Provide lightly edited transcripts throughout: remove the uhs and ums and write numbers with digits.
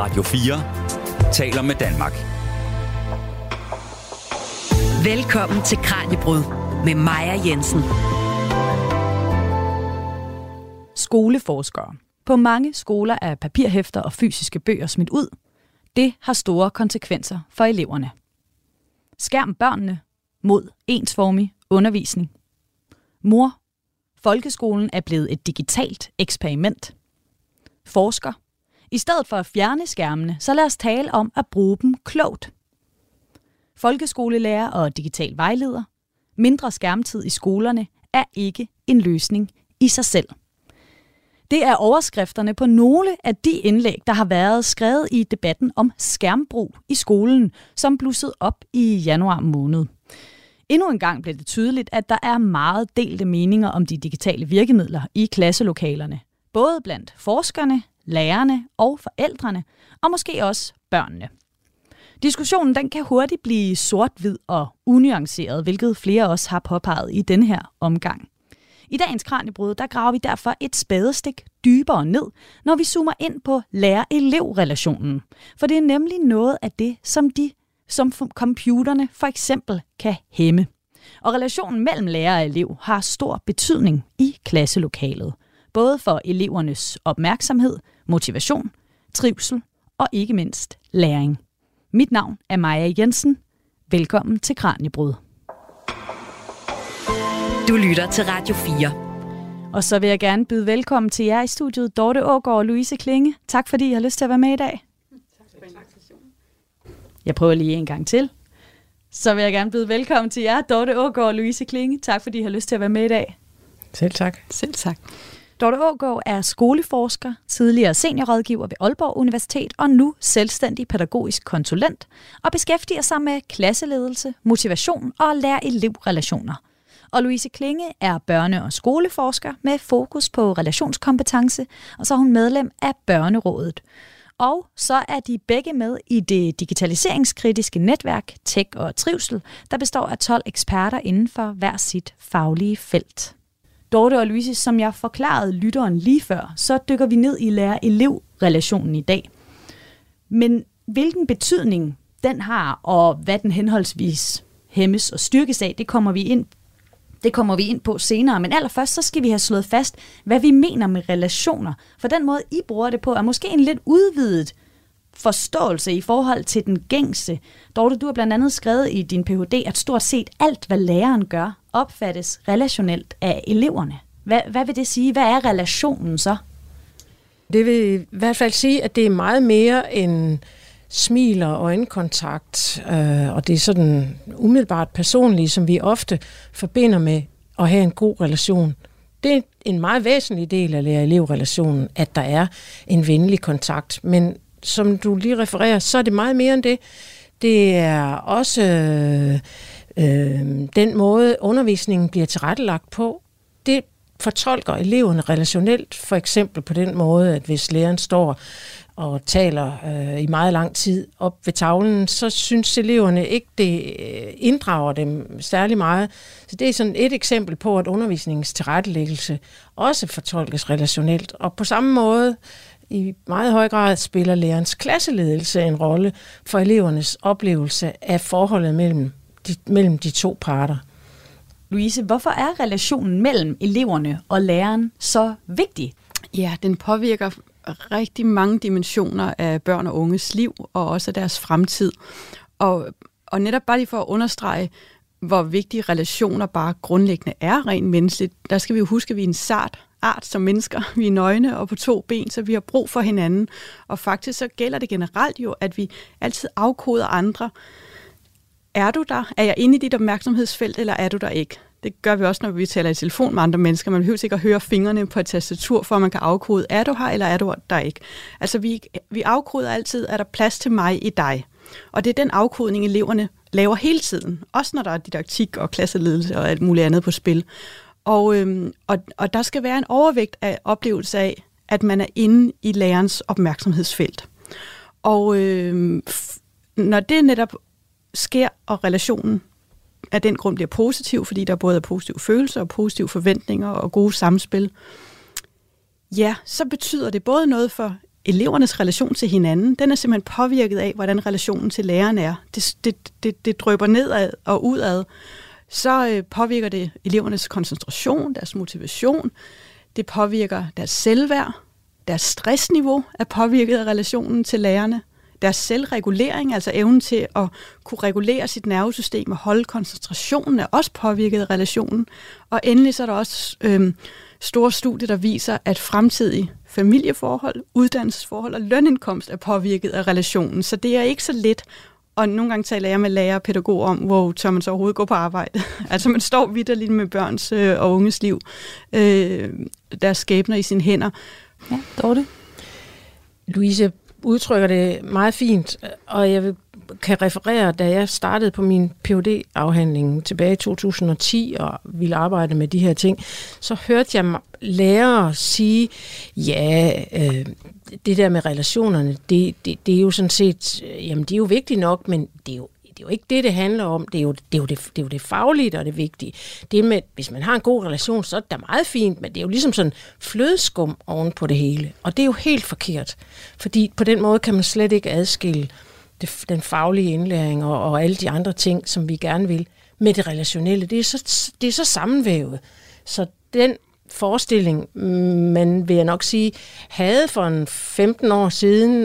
Radio 4 taler med Danmark. Velkommen til Kraniebrud med Maja Jensen. Skoleforskere. På mange skoler er papirhæfter og fysiske bøger smidt ud. Det har store konsekvenser for eleverne. Skærm børnene mod ensformig undervisning. Mor. Folkeskolen er blevet et digitalt eksperiment. Forsker. I stedet for at fjerne skærmene, så lad os tale om at bruge dem klogt. Folkeskolelærer og digital vejleder. Mindre skærmtid i skolerne er ikke en løsning i sig selv. Det er overskrifterne på nogle af de indlæg, der har været skrevet i debatten om skærmbrug i skolen, som blussede op i januar måned. Endnu en gang blev det tydeligt, at der er meget delte meninger om de digitale virkemidler i klasselokalerne. Både blandt forskerne, lærerne og forældrene, og måske også børnene. Diskussionen den kan hurtigt blive sort-hvid og unuanceret, hvilket flere også har påpeget i denne her omgang. I dagens Kraniebrud, der graver vi derfor et spadestik dybere ned, når vi zoomer ind på lærer-elev-relationen. For det er nemlig noget af det, som computerne for eksempel kan hæmme. Og relationen mellem lærer og elev har stor betydning i klasselokalet. Både for elevernes opmærksomhed, motivation, trivsel og ikke mindst læring. Mit navn er Maja Jensen. Velkommen til Kraniebrud. Du lytter til Radio 4. Og så vil jeg gerne byde velkommen til jer i studiet, Dorte Aagaard og Louise Klinge. Tak fordi I har lyst til at være med i dag. Jeg prøver lige en gang til. Så vil jeg gerne byde velkommen til jer, Dorte Aagaard og Louise Klinge. Tak fordi I har lyst til at være med i dag. Selv tak. Selv tak. Dorte Aagaard er skoleforsker, tidligere seniorrådgiver ved Aalborg Universitet og nu selvstændig pædagogisk konsulent og beskæftiger sig med klasseledelse, motivation og lærer-elev-relationer. Og Louise Klinge er børne- og skoleforsker med fokus på relationskompetence, og så er hun medlem af Børnerådet. Og så er de begge med i det digitaliseringskritiske netværk Tech og Trivsel, der består af 12 eksperter inden for hver sit faglige felt. Dorte og Louise, som jeg forklarede lytteren lige før, så dykker vi ned i lærer-elev-relationen i dag. Men hvilken betydning den har, og hvad den henholdsvis hæmmes og styrkes af, det kommer vi ind på senere. Men allerførst så skal vi have slået fast, hvad vi mener med relationer. For den måde, I bruger det på, er måske en lidt udvidet forståelse i forhold til den gængse. Dorte, du har blandt andet skrevet i din Ph.D., at stort set alt, hvad læreren gør, opfattes relationelt af eleverne. Hvad vil det sige? Hvad er relationen så? Det vil i hvert fald sige, at det er meget mere end smil og øjenkontakt, og det er sådan umiddelbart personligt, som vi ofte forbinder med at have en god relation. Det er en meget væsentlig del af lærer-elev-relationen, at der er en venlig kontakt. Men som du lige refererer, så er det meget mere end det. Det er også den måde, undervisningen bliver tilrettelagt på. Det fortolker eleverne relationelt, for eksempel på den måde, at hvis læreren står og taler i meget lang tid op ved tavlen, så synes eleverne ikke, det inddrager dem særlig meget. Så det er sådan et eksempel på, at undervisningens tilrettelæggelse også fortolkes relationelt. Og på samme måde, i meget høj grad, spiller lærerens klasseledelse en rolle for elevernes oplevelse af forholdet mellem de to parter. Louise, hvorfor er relationen mellem eleverne og læreren så vigtig? Ja, den påvirker rigtig mange dimensioner af børn og unges liv, og også af deres fremtid. Og netop bare lige for at understrege, hvor vigtige relationer bare grundlæggende er rent menneskeligt, der skal vi jo huske, at vi er en sart art som mennesker. Vi er nøgne og på 2 ben, så vi har brug for hinanden. Og faktisk så gælder det generelt jo, at vi altid afkoder andre. Er du der? Er jeg inde i dit opmærksomhedsfelt, eller er du der ikke? Det gør vi også, når vi taler i telefon med andre mennesker. Man behøver ikke at høre fingrene på et tastatur, for at man kan afkode, er du her, eller er du der ikke? Altså, vi afkoder altid, er der plads til mig i dig? Og det er den afkodning, eleverne laver hele tiden. Også når der er didaktik og klasseledelse og alt muligt andet på spil. Og der skal være en overvægt af oplevelse af, at man er inde i lærerens opmærksomhedsfelt. Og når det netop sker, og relationen af den grund bliver positiv, fordi der både er positive følelser og positive forventninger og gode samspil, ja, så betyder det både noget for elevernes relation til hinanden, den er simpelthen påvirket af, hvordan relationen til læreren er. Det drøber nedad og udad. Så påvirker det elevernes koncentration, deres motivation. Det påvirker deres selvværd. Deres stressniveau er påvirket af relationen til lærerne. Deres selvregulering, altså evnen til at kunne regulere sit nervesystem og holde koncentrationen, er også påvirket af relationen. Og endelig så er der også store studier, der viser, at fremtidige familieforhold, uddannelsesforhold og lønindkomst er påvirket af relationen. Så det er ikke så let. Og nogle gange taler jeg med lærere og pædagoger om, hvor tør man så overhovedet gå på arbejde. Altså man står vitterligt med børns og unges liv, deres skæbner i sine hænder. Ja, Dorte? Louise udtrykker det meget fint, og jeg kan referere, da jeg startede på min Ph.D.-afhandling tilbage i 2010 og ville arbejde med de her ting, så hørte jeg lærere sige, det der med relationerne, det er jo sådan set, jamen det er jo vigtigt nok, men det er jo ikke det handler om. Det er jo det faglige, der er det vigtige. Det med, hvis man har en god relation, så er det da meget fint, men det er jo ligesom sådan flødeskum oven på det hele. Og det er jo helt forkert, fordi på den måde kan man slet ikke adskille den faglige indlæring og alle de andre ting, som vi gerne vil, med det relationelle. Det er så sammenvævet. Så den forestilling, man vil jeg nok sige, havde for en 15 år siden,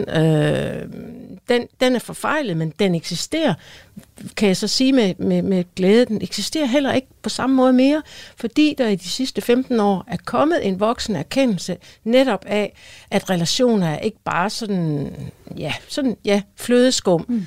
den er forfejlet, men den eksisterer, kan jeg så sige med glæde, den eksisterer heller ikke på samme måde mere, fordi der i de sidste 15 år er kommet en voksen erkendelse netop af, at relationer er ikke bare sådan flødeskum,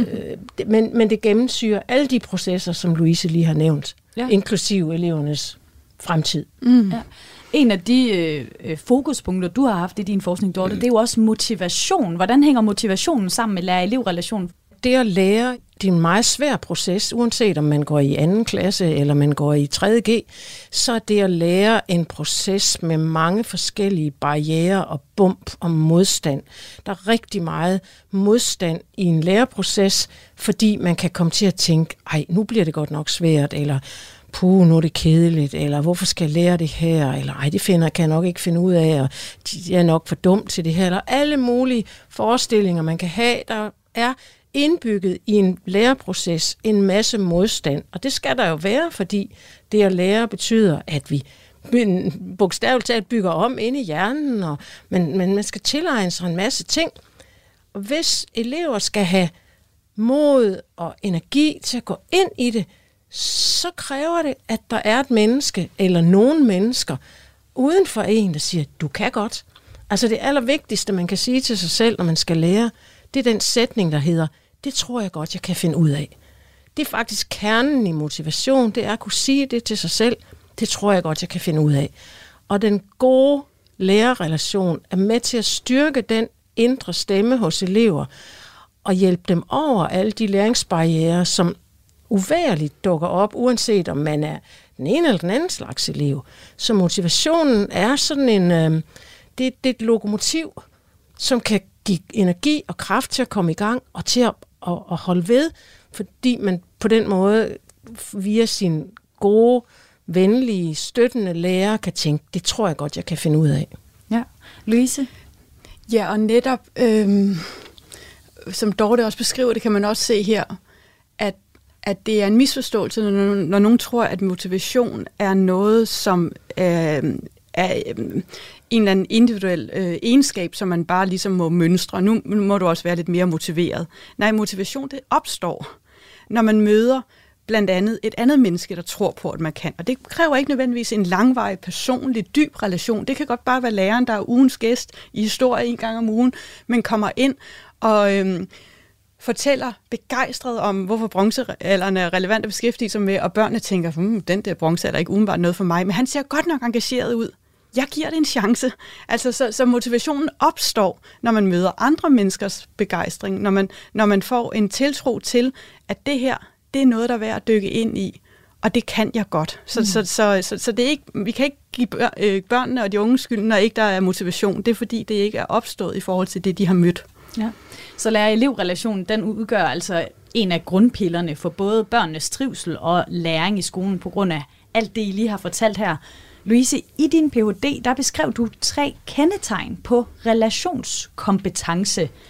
men det gennemsyrer alle de processer, som Louise lige har nævnt, inklusive elevernes fremtid. Ja. En af de fokuspunkter, du har haft i din forskning, Dorte, det er jo også motivation. Hvordan hænger motivationen sammen med lærer-elev-relationen? Det at lære, det er en meget svær proces, uanset om man går i 2. klasse eller man går i 3.G, så er det at lære en proces med mange forskellige barrierer og bump og modstand. Der er rigtig meget modstand i en læreproces, fordi man kan komme til at tænke, nu bliver det godt nok svært, eller nu er det kedeligt, eller hvorfor skal jeg lære det her, eller det kan jeg nok ikke finde ud af, og jeg er nok for dum til det her, eller alle mulige forestillinger, man kan have, der er indbygget i en læreproces en masse modstand, og det skal der jo være, fordi det at lære betyder, at vi bogstaveligt talt bygger om inde i hjernen, og man skal tilegne sig en masse ting. Og hvis elever skal have mod og energi til at gå ind i det, så kræver det, at der er et menneske, eller nogle mennesker, uden for en, der siger, du kan godt. Altså det allervigtigste, man kan sige til sig selv, når man skal lære, det er den sætning, der hedder, det tror jeg godt, jeg kan finde ud af. Det er faktisk kernen i motivation, det er at kunne sige det til sig selv, det tror jeg godt, jeg kan finde ud af. Og den gode lærerrelation er med til at styrke den indre stemme hos elever, og hjælpe dem over alle de læringsbarrierer, som uværligt dukker op, uanset om man er den ene eller den anden slags elev. Så motivationen er sådan det er et lokomotiv, som kan give energi og kraft til at komme i gang og til at holde ved, fordi man på den måde via sin gode, venlige, støttende lærer kan tænke, det tror jeg godt, jeg kan finde ud af. Ja. Louise? Ja, og netop, som Dorte også beskriver, det kan man også se her, at det er en misforståelse, når nogen tror, at motivation er noget, som er en eller anden individuel egenskab, som man bare ligesom må mønstre. Nu må du også være lidt mere motiveret. Nej, motivation, det opstår, når man møder blandt andet et andet menneske, der tror på, at man kan. Og det kræver ikke nødvendigvis en langvarig, personlig, dyb relation. Det kan godt bare være læreren, der er ugens gæst i historie 1 gang om ugen, men kommer ind og fortæller begejstret om, hvorfor bronzealderen er relevant at beskæftige sig med, og børnene tænker, den der bronzealder er ikke umiddelbart noget for mig, men han ser godt nok engageret ud. Jeg giver det en chance. Altså, så motivationen opstår, når man møder andre menneskers begejstring, når man får en tiltro til, at det her, det er noget, der er værd at dykke ind i, og det kan jeg godt. Så det er ikke, vi kan ikke give børnene og de unge skyld, når ikke der er motivation. Det er fordi, det ikke er opstået i forhold til det, de har mødt. Ja. Så lærer-elev-relationen, den udgør altså en af grundpillerne for både børnenes trivsel og læring i skolen, på grund af alt det, I lige har fortalt her. Louise, i din Ph.D., der beskrev du 3 kendetegn på relationskompetence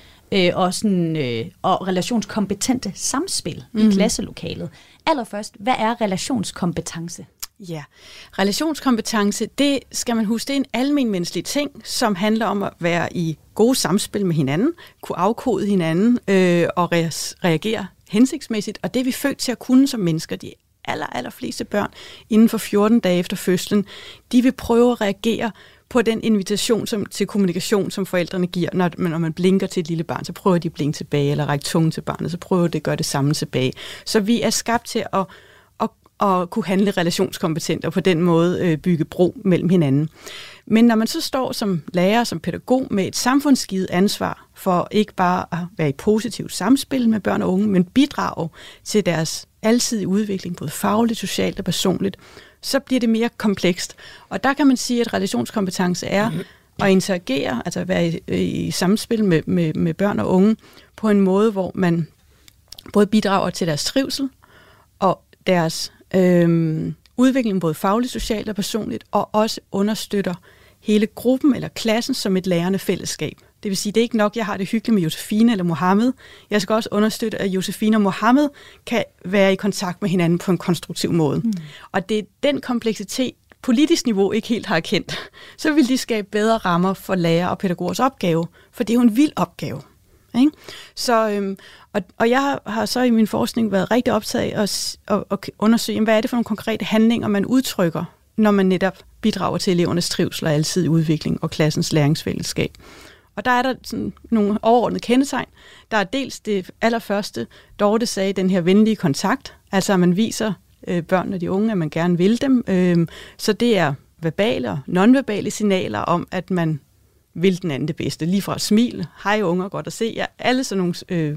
og relationskompetente samspil i klasselokalet. Allerførst, hvad er relationskompetence? Ja, relationskompetence, det skal man huske, det er en almenmenneskelig ting, som handler om at være i gode samspil med hinanden, kunne afkode hinanden og reagere hensigtsmæssigt, og det er vi født til at kunne som mennesker. De allerfleste børn inden for 14 dage efter fødslen, de vil prøve at reagere på den invitation til kommunikation, som forældrene giver. Når man blinker til et lille barn, så prøver de at blinke tilbage, eller række tungen til barnet, så prøver de at gøre det samme tilbage. Så vi er skabt til at kunne handle relationskompetent og på den måde bygge bro mellem hinanden. Men når man så står som lærer, som pædagog med et samfundsgivet ansvar for ikke bare at være i positivt samspil med børn og unge, men bidrage til deres alsidige udvikling, både fagligt, socialt og personligt, så bliver det mere komplekst. Og der kan man sige, at relationskompetence er at interagere, altså at være i samspil med børn og unge på en måde, hvor man både bidrager til deres trivsel og deres udvikling, både fagligt, socialt og personligt, og også understøtter hele gruppen eller klassen som et lærende fællesskab. Det vil sige, det er ikke nok, jeg har det hyggeligt med Josefine eller Mohammed. Jeg skal også understøtte, at Josefine og Mohammed kan være i kontakt med hinanden på en konstruktiv måde. Og det er den kompleksitet, politisk niveau ikke helt har erkendt. Så vil de skabe bedre rammer for lærer og pædagogers opgave, for det er jo en vild opgave. Ikke? Så, og jeg har så i min forskning været rigtig optaget af at undersøge, hvad er det for nogle konkrete handlinger, man udtrykker, når man netop bidrager til elevernes trivsel og alsidig udvikling og klassens læringsfællesskab. Og der er der sådan nogle overordnede kendetegn. Der er dels det allerførste, Dorte sagde, den her venlige kontakt, altså at man viser børn og de unge, at man gerne vil dem. Så det er verbale og nonverbale signaler om, at man vil den anden det bedste. Lige fra smil, hej unger, godt at se jer, alle sådan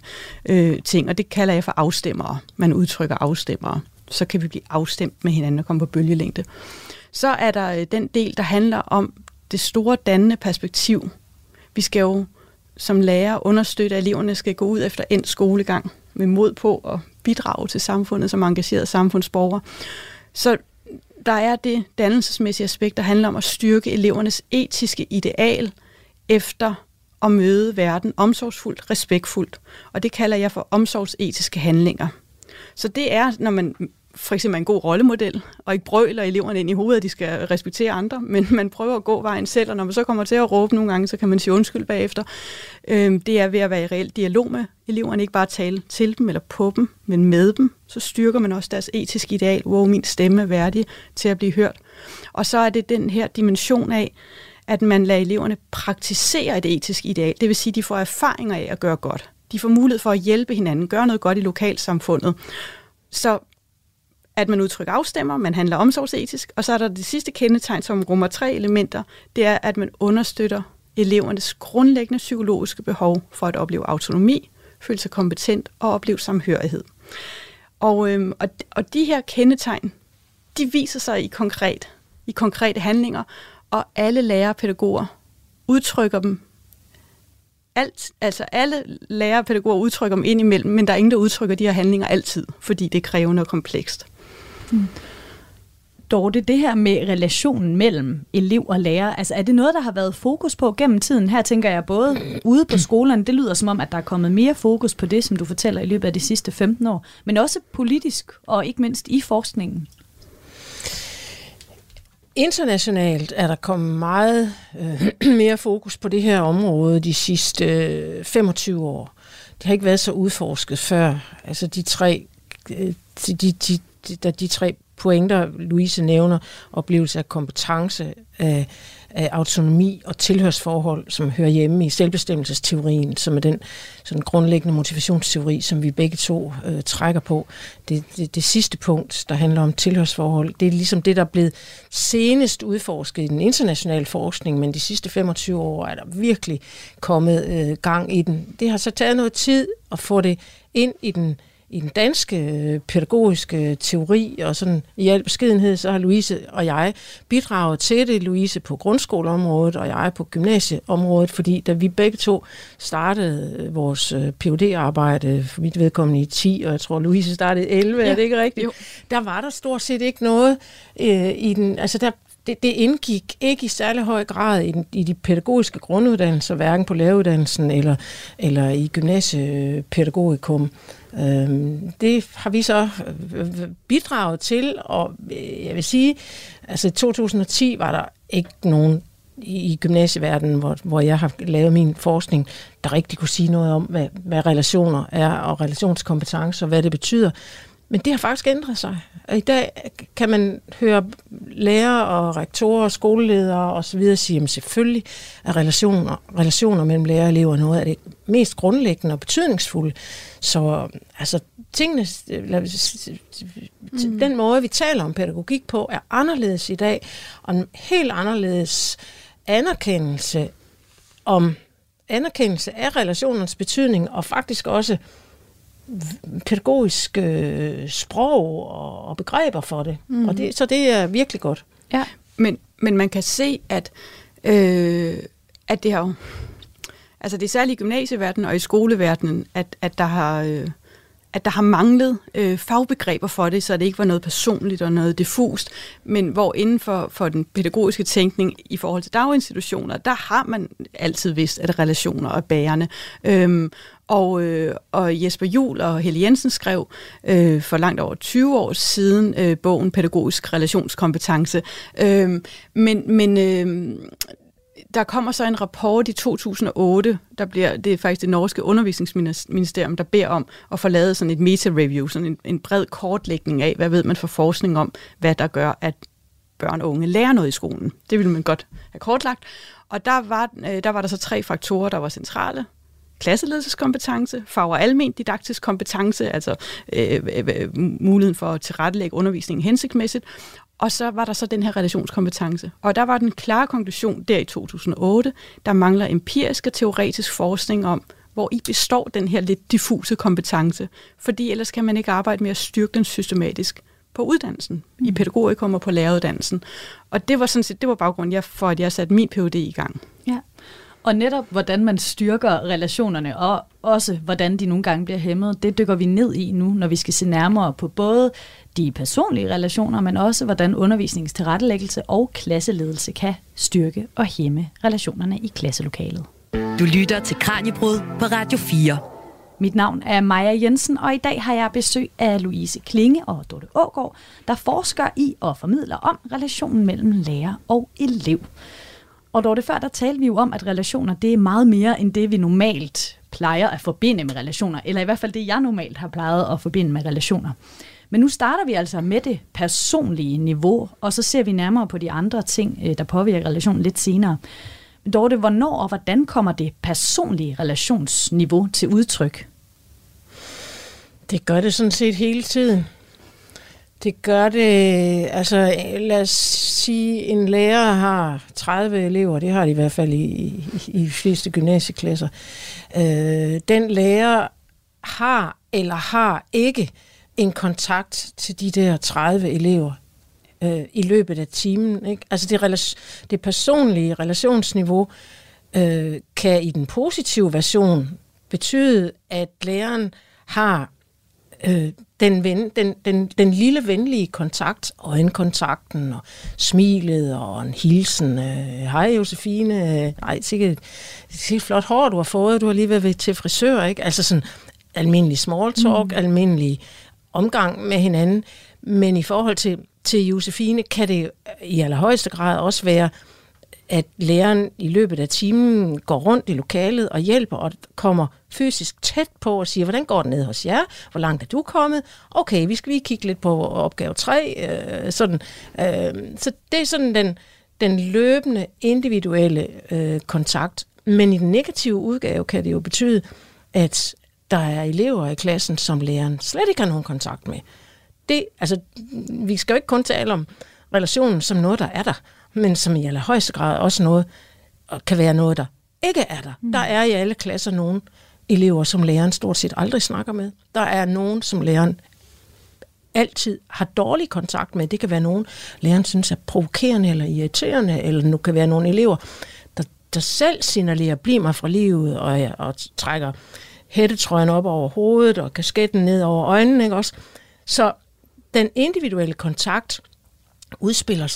nogle ting, og det kalder jeg for afstemmere. Man udtrykker afstemmere. Så kan vi blive afstemt med hinanden og komme på bølgelængde. Så er der den del, der handler om det store dannende perspektiv. Vi skal jo som lærer understøtte, at eleverne skal gå ud efter endt skolegang med mod på at bidrage til samfundet som engageret samfundsborgere. Så der er det dannelsesmæssige aspekt, der handler om at styrke elevernes etiske ideal efter at møde verden omsorgsfuldt, respektfuldt. Og det kalder jeg for omsorgsetiske handlinger. Så det er, når man for eksempel en god rollemodel, og ikke brøler eleverne ind i hovedet, at de skal respektere andre, men man prøver at gå vejen selv, og når man så kommer til at råbe nogle gange, så kan man sige undskyld bagefter. Det er ved at være i reel dialog med eleverne, ikke bare tale til dem eller på dem, men med dem. Så styrker man også deres etiske ideal, hvor min stemme er værdig til at blive hørt. Og så er det den her dimension af, at man lader eleverne praktisere et etisk ideal. Det vil sige, at de får erfaringer af at gøre godt. De får mulighed for at hjælpe hinanden, gøre noget godt i lokalsamfundet. Så at man udtrykker afstemmer, man handler omsorgsetisk, og så er der det sidste kendetegn, som rummer 3 elementer, det er, at man understøtter elevernes grundlæggende psykologiske behov for at opleve autonomi, føle sig kompetent og opleve samhørighed. Og de her kendetegn, de viser sig i konkrete handlinger, og alle lærere og pædagoger udtrykker dem. Alle lærere og pædagoger udtrykker dem indimellem, men der er ingen, der udtrykker de her handlinger altid, fordi det er krævende og komplekst. Dorte, det her med relationen mellem elev og lærer, altså er det noget, der har været fokus på gennem tiden? Her tænker jeg både ude på skolerne, det lyder som om, at der er kommet mere fokus på det, som du fortæller i løbet af de sidste 15 år, men også politisk og ikke mindst i forskningen. Internationalt er der kommet meget mere fokus på det her område de sidste 25 år. Det har ikke været så udforsket før. Altså de tre pointer, Louise nævner, oplevelse af kompetence, af autonomi og tilhørsforhold, som hører hjemme i selvbestemmelsesteorien, som er den sådan grundlæggende motivationsteori, som vi begge to trækker på. Det sidste punkt, der handler om tilhørsforhold, det er ligesom det, der er blevet senest udforsket i den internationale forskning, men de sidste 25 år er der virkelig kommet gang i den. Det har så taget noget tid at få det ind i den danske pædagogiske teori, og sådan i al beskedenhed, så har Louise og jeg bidraget til det. Louise på grundskoleområdet, og jeg på gymnasieområdet, fordi da vi begge to startede vores Ph.D.-arbejde, for mit vedkommende i 10, og jeg tror Louise startede i 11, ja, er det ikke rigtigt? Jo. Der var der stort set ikke noget i den, altså det indgik ikke i særlig høj grad i de pædagogiske grunduddannelser, hverken på læreruddannelsen eller i gymnasiepædagogikum. Det har vi så bidraget til, og jeg vil sige, altså i 2010 var der ikke nogen i gymnasieverdenen, hvor jeg har lavet min forskning, der rigtig kunne sige noget om, hvad relationer er, og relationskompetencer, og hvad det betyder. Men det har faktisk ændret sig. Og i dag kan man høre lærere og rektorer og skoleledere osv. sige, at selvfølgelig er relationer mellem lærer og elever noget af det mest grundlæggende og betydningsfulde. Så altså, den måde, vi taler om pædagogik på, er anderledes i dag, og en helt anderledes anerkendelse af relationernes betydning, og faktisk også pædagogisk sprog og begreber for det. Og så det er virkelig godt. Ja, men man kan se, at det har altså det er særligt i gymnasieverdenen og i skoleverdenen, at der har manglet fagbegreber for det, så det ikke var noget personligt og noget diffust, men hvor inden for den pædagogiske tænkning i forhold til daginstitutioner, der har man altid vidst, at relationer er bærende. Og Jesper Juhl og Helle Jensen skrev for langt over 20 år siden bogen Pædagogisk Relationskompetence. Men der kommer så en rapport i 2008, det er faktisk det norske undervisningsministerium, der beder om at få lavet sådan et meta-review, sådan en bred kortlægning af, hvad ved man for forskning om, hvad der gør, at børn og unge lærer noget i skolen. Det ville man godt have kortlagt. Og der var der så 3 faktorer, der var centrale. Klasseledelseskompetence, fag- og almen didaktisk kompetence, altså muligheden for at tilrettelægge undervisningen hensigtsmæssigt, og så var der så den her relationskompetence. Og der var den klare konklusion der i 2008, der mangler empirisk og teoretisk forskning om, hvor i består den her lidt diffuse kompetence, fordi ellers kan man ikke arbejde med at styrke den systematisk på uddannelsen, i pædagogikum og på læreruddannelsen. Og det var sådan set, det var baggrunden for, at jeg satte min Ph.D. i gang. Ja. Og netop hvordan man styrker relationerne, og også hvordan de nogle gange bliver hæmmet, det dykker vi ned i nu, når vi skal se nærmere på både de personlige relationer, men også hvordan undervisningens tilrettelæggelse og klasseledelse kan styrke og hæmme relationerne i klasselokalet. Du lytter til Kraniebrud på Radio 4. Mit navn er Maja Jensen, og i dag har jeg besøg af Louise Klinge og Dorte Aagaard, der forsker i og formidler om relationen mellem lærer og elev. Og Dorte, før der talte vi jo om, at relationer, det er meget mere end det, vi normalt plejer at forbinde med relationer, eller i hvert fald det, jeg normalt har plejet at forbinde med relationer. Men nu starter vi altså med det personlige niveau, og så ser vi nærmere på de andre ting, der påvirker relationen lidt senere. Men Dorte, hvornår og hvordan kommer det personlige relationsniveau til udtryk? Det gør det sådan set hele tiden. Det gør det, altså lad os sige, en lærer har 30 elever, det har de i hvert fald i de fleste gymnasieklasser. Den lærer har eller har ikke en kontakt til de der 30 elever i løbet af timen. Ikke? Altså det personlige relationsniveau kan i den positive version betyde, at læreren har den lille venlige kontakt, øjenkontakten og smilet og en hilsen. Hej Josefine, sikkert flot hår du har fået, du har lige været til frisør, ikke? Altså sådan almindelig small talk, almindelig omgang med hinanden. Men i forhold til Josefine kan det i allerhøjeste grad også være, at læreren i løbet af timen går rundt i lokalet og hjælper og kommer fysisk tæt på og siger, hvordan går det ned hos jer? Hvor langt er du kommet? Okay, vi skal lige kigge lidt på opgave 3. Så det er sådan den løbende individuelle kontakt. Men i den negative udgave kan det jo betyde, at der er elever i klassen, som læreren slet ikke har nogen kontakt med. Vi skal jo ikke kun tale om relationen som noget, der er der, men som i allerhøjeste grad også noget, og kan være noget, der ikke er der. Der er i alle klasser nogle elever, som læreren stort set aldrig snakker med. Der er nogen, som læreren altid har dårlig kontakt med. Det kan være nogen, læreren synes er provokerende eller irriterende, eller nu kan være nogle elever, der selv signalerer, bliv mig fra livet, og trækker hættetrøjen op over hovedet, og kasketten ned over øjnene, ikke også? Så den individuelle kontakt udspiller sig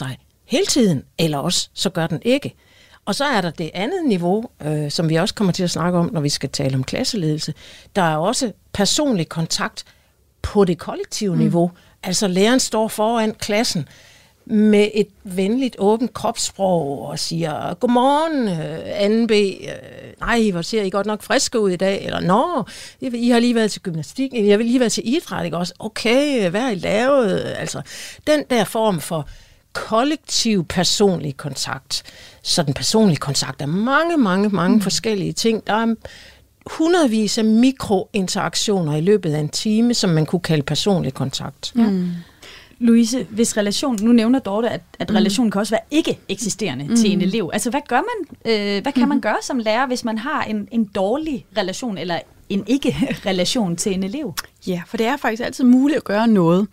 hele tiden, eller også så gør den ikke. Og så er der det andet niveau, som vi også kommer til at snakke om, når vi skal tale om klasseledelse. Der er også personlig kontakt på det kollektive niveau. Altså læreren står foran klassen med et venligt, åbent kropssprog og siger, godmorgen, 2B, nej, hvor ser I godt nok friske ud i dag, eller nå, I har lige været til gymnastik, jeg vil lige være til idræt, ikke også? Okay, hvad har I lavet? Altså, den der form for kollektiv personlig kontakt. Så den personlige kontakt er mange forskellige ting. Der er hundredvis af mikrointeraktioner i løbet af en time, som man kunne kalde personlig kontakt. Ja. Louise, hvis relationen, nu nævner Dorte, at relationen kan også være ikke eksisterende til en elev. Altså, hvad gør man? Hvad kan man gøre som lærer, hvis man har en dårlig relation eller en ikke-relation til en elev? Ja, for det er faktisk altid muligt at gøre noget.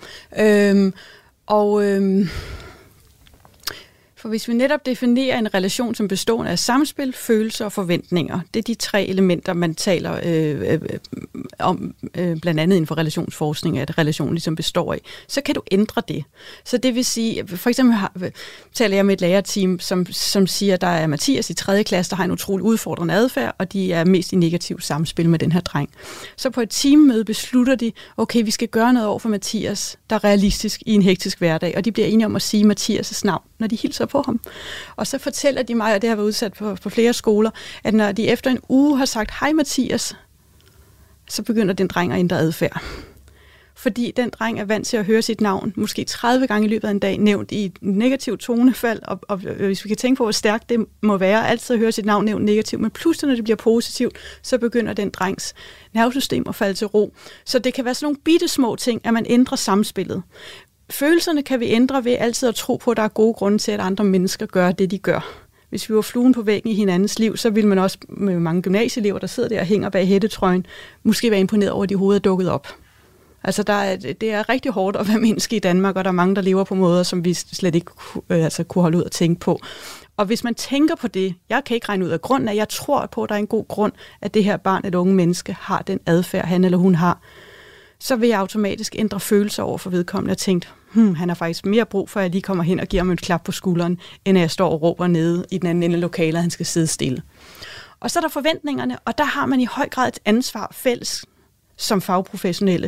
For hvis vi netop definerer en relation som bestående af samspil, følelser og forventninger, det er de 3 elementer, man taler om, blandt andet inden for relationsforskning, at relationen ligesom består af, så kan du ændre det. Så det vil sige, for eksempel taler jeg med et lærerteam, som siger, at der er Mathias i 3. klasse, der har en utrolig udfordrende adfærd, og de er mest i negativt samspil med den her dreng. Så på et teammøde beslutter de, okay, vi skal gøre noget over for Mathias, der er realistisk i en hektisk hverdag, og de bliver enige om at sige Mathias' navn, når de hilser på ham. Og så fortæller de mig, og det har været udsat på flere skoler, at når de efter en uge har sagt, hej Mathias, så begynder den dreng at ændre adfærd. Fordi den dreng er vant til at høre sit navn, måske 30 gange i løbet af en dag, nævnt i et negativt tonefald, og hvis vi kan tænke på, hvor stærkt det må være, altid at høre sit navn nævnt negativt, men pludselig, når det bliver positivt, så begynder den drengs nervesystem at falde til ro. Så det kan være sådan nogle bitte små ting, at man ændrer samspillet. Følelserne kan vi ændre ved altid at tro på, at der er gode grunde til, at andre mennesker gør det, de gør. Hvis vi var fluen på væggen i hinandens liv, så ville man også med mange gymnasieelever, der sidder der og hænger bag hættetrøjen, måske være imponeret over, at de hovedet er dukket op. Altså, det er rigtig hårdt at være menneske i Danmark, og der er mange, der lever på måder, som vi slet ikke kunne holde ud at tænke på. Og hvis man tænker på det, jeg kan ikke regne ud af grunden af, jeg tror på, at der er en god grund, at det her barn, et unge menneske, har den adfærd, han eller hun har, så vil jeg automatisk ændre følelser over for vedkommende og tænke, han har faktisk mere brug for, at jeg lige kommer hen og giver ham et klap på skulderen, end at jeg står og råber nede i den anden ende af lokalet, at han skal sidde stille. Og så er der forventningerne, og der har man i høj grad et ansvar fælles som fagprofessionelle.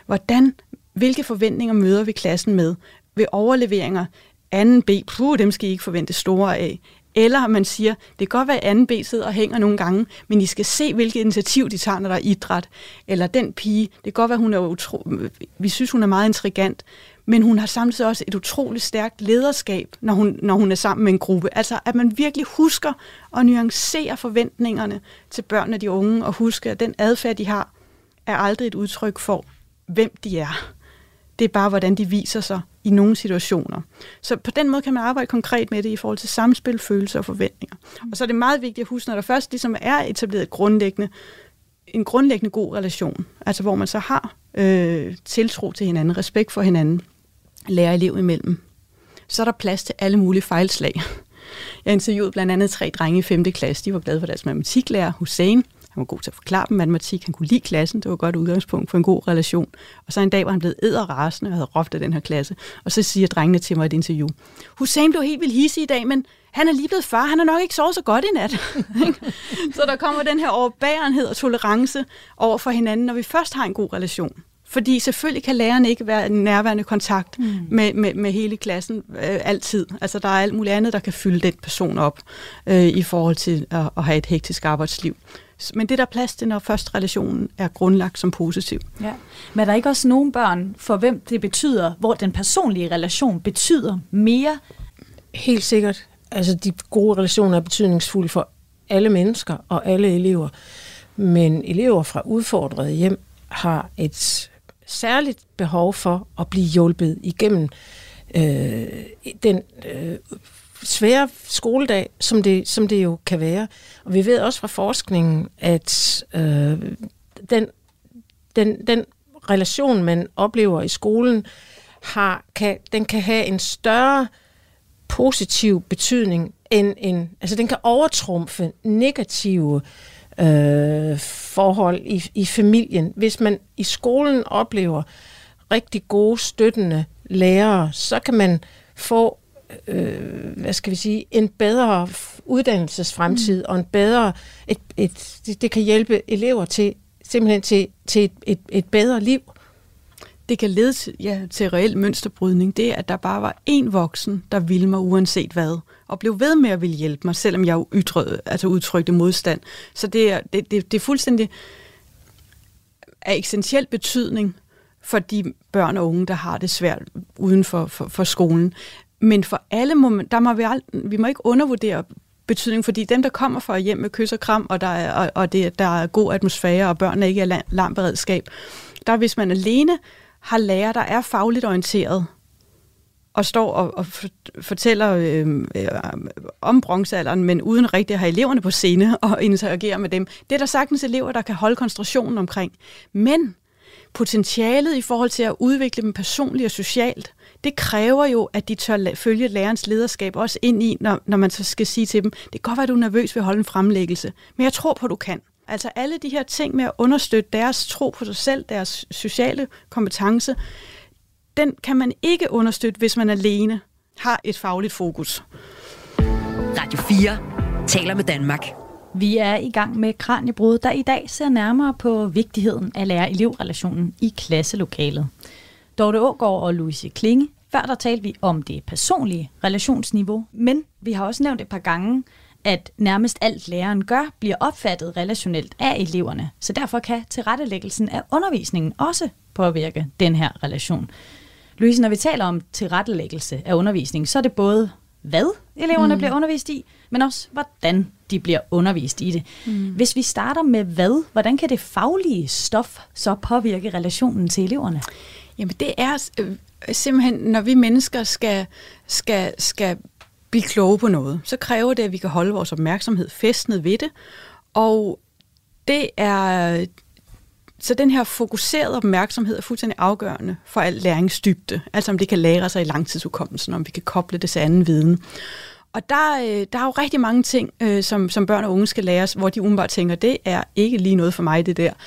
Hvilke forventninger møder vi klassen med? Ved overleveringer, 2B, dem skal I ikke forvente store af. Eller man siger, det kan godt være, at 2B sidder og hænger nogle gange, men I skal se, hvilket initiativ de tager, når der er idræt. Eller den pige, det kan godt være, hun vi synes, hun er meget intrigant, men hun har samtidig også et utroligt stærkt lederskab, når hun er sammen med en gruppe. Altså, at man virkelig husker at nuancere forventningerne til børn og de unge, og huske, at den adfærd, de har, er aldrig et udtryk for, hvem de er. Det er bare, hvordan de viser sig i nogle situationer. Så på den måde kan man arbejde konkret med det i forhold til samspil, følelser og forventninger. Og så er det meget vigtigt at huske, når der først ligesom er etableret en grundlæggende god relation, altså hvor man så har tiltro til hinanden, respekt for hinanden, lærer elev imellem, så er der plads til alle mulige fejlslag. Jeg interviewede blandt andet 3 drenge i 5. klasse. De var glade for deres matematiklærer, Hussein. Han var god til at forklare dem matematik. Han kunne lide klassen. Det var et godt udgangspunkt for en god relation. Og så en dag var han blevet edderrasende og havde råbt af den her klasse. Og så siger drengene til mig i et interview, Hussein blev helt vildt hissig i dag, men han er lige blevet far. Han har nok ikke sovet så godt i nat. Så der kommer den her overbærenhed og tolerance over for hinanden, når vi først har en god relation. Fordi selvfølgelig kan læreren ikke være en nærværende kontakt med hele klassen altid. Altså der er alt muligt andet, der kan fylde den person op i forhold til at have et hektisk arbejdsliv. Men det der er plads til, når først relationen er grundlagt som positiv. Ja. Men er der ikke også nogle børn, for hvem det betyder, hvor den personlige relation betyder mere? Helt sikkert. Altså de gode relationer er betydningsfulde for alle mennesker og alle elever. Men elever fra udfordrede hjem har et særligt behov for at blive hjulpet igennem den svære skoledag, som det jo kan være. Og vi ved også fra forskningen, at den relation, man oplever i skolen, den kan have en større positiv betydning end altså den kan overtrumfe negative forhold i familien. Hvis man i skolen oplever rigtig gode, støttende lærere, så kan man få en bedre uddannelsesfremtid, og en bedre, det kan hjælpe elever til simpelthen til et bedre liv. Det kan lede til reel mønsterbrydning. Det er, at der bare var én voksen, der ville mig uanset hvad, og blev ved med at ville hjælpe mig, selvom jeg udtrykte modstand. Så det er fuldstændig af essentiel betydning for de børn og unge, der har det svært uden for skolen. Men for alle vi må ikke undervurdere betydning, fordi dem, der kommer fra hjem med kys og kram, og der er god atmosfære, og børnene ikke er larmberedskab, der hvis man alene har lærer, der er fagligt orienteret, og står og fortæller om bronzealderen, men uden rigtig at have eleverne på scene og interagere med dem. Det er der sagtens elever, der kan holde koncentrationen omkring. Men potentialet i forhold til at udvikle dem personligt og socialt, det kræver jo, at de tør følge lærerens lederskab også ind i, når man så skal sige til dem, det kan godt være, at du er nervøs ved at holde en fremlæggelse, men jeg tror på, at du kan. Altså alle de her ting med at understøtte deres tro på sig selv, deres sociale kompetence, den kan man ikke understøtte, hvis man alene har et fagligt fokus. Radio 4 taler med Danmark. Vi er i gang med Kraniebrud, der i dag ser nærmere på vigtigheden af lærer-elev-relationen i klasselokalet. Dorte Aagaard og Louise Klinge, før der talte vi om det personlige relationsniveau, men vi har også nævnt et par gange, at nærmest alt læreren gør, bliver opfattet relationelt af eleverne. Så derfor kan tilrettelæggelsen af undervisningen også påvirke den her relation. Louise, når vi taler om tilrettelæggelse af undervisningen, så er det både, hvad eleverne bliver undervist i, men også, hvordan de bliver undervist i det. Hvis vi starter med hvad, hvordan kan det faglige stof så påvirke relationen til eleverne? Jamen det er simpelthen, når vi mennesker skal blive kloge på noget, så kræver det, at vi kan holde vores opmærksomhed fæstnet ved det, og det er... Så den her fokuserede opmærksomhed er fuldstændig afgørende for al læringsdybde, altså om det kan lære sig i langtidsudkommelsen, om vi kan koble det til anden viden. Og der er jo rigtig mange ting, som børn og unge skal læres, hvor de umiddelbart tænker, det er ikke lige noget for mig, det der.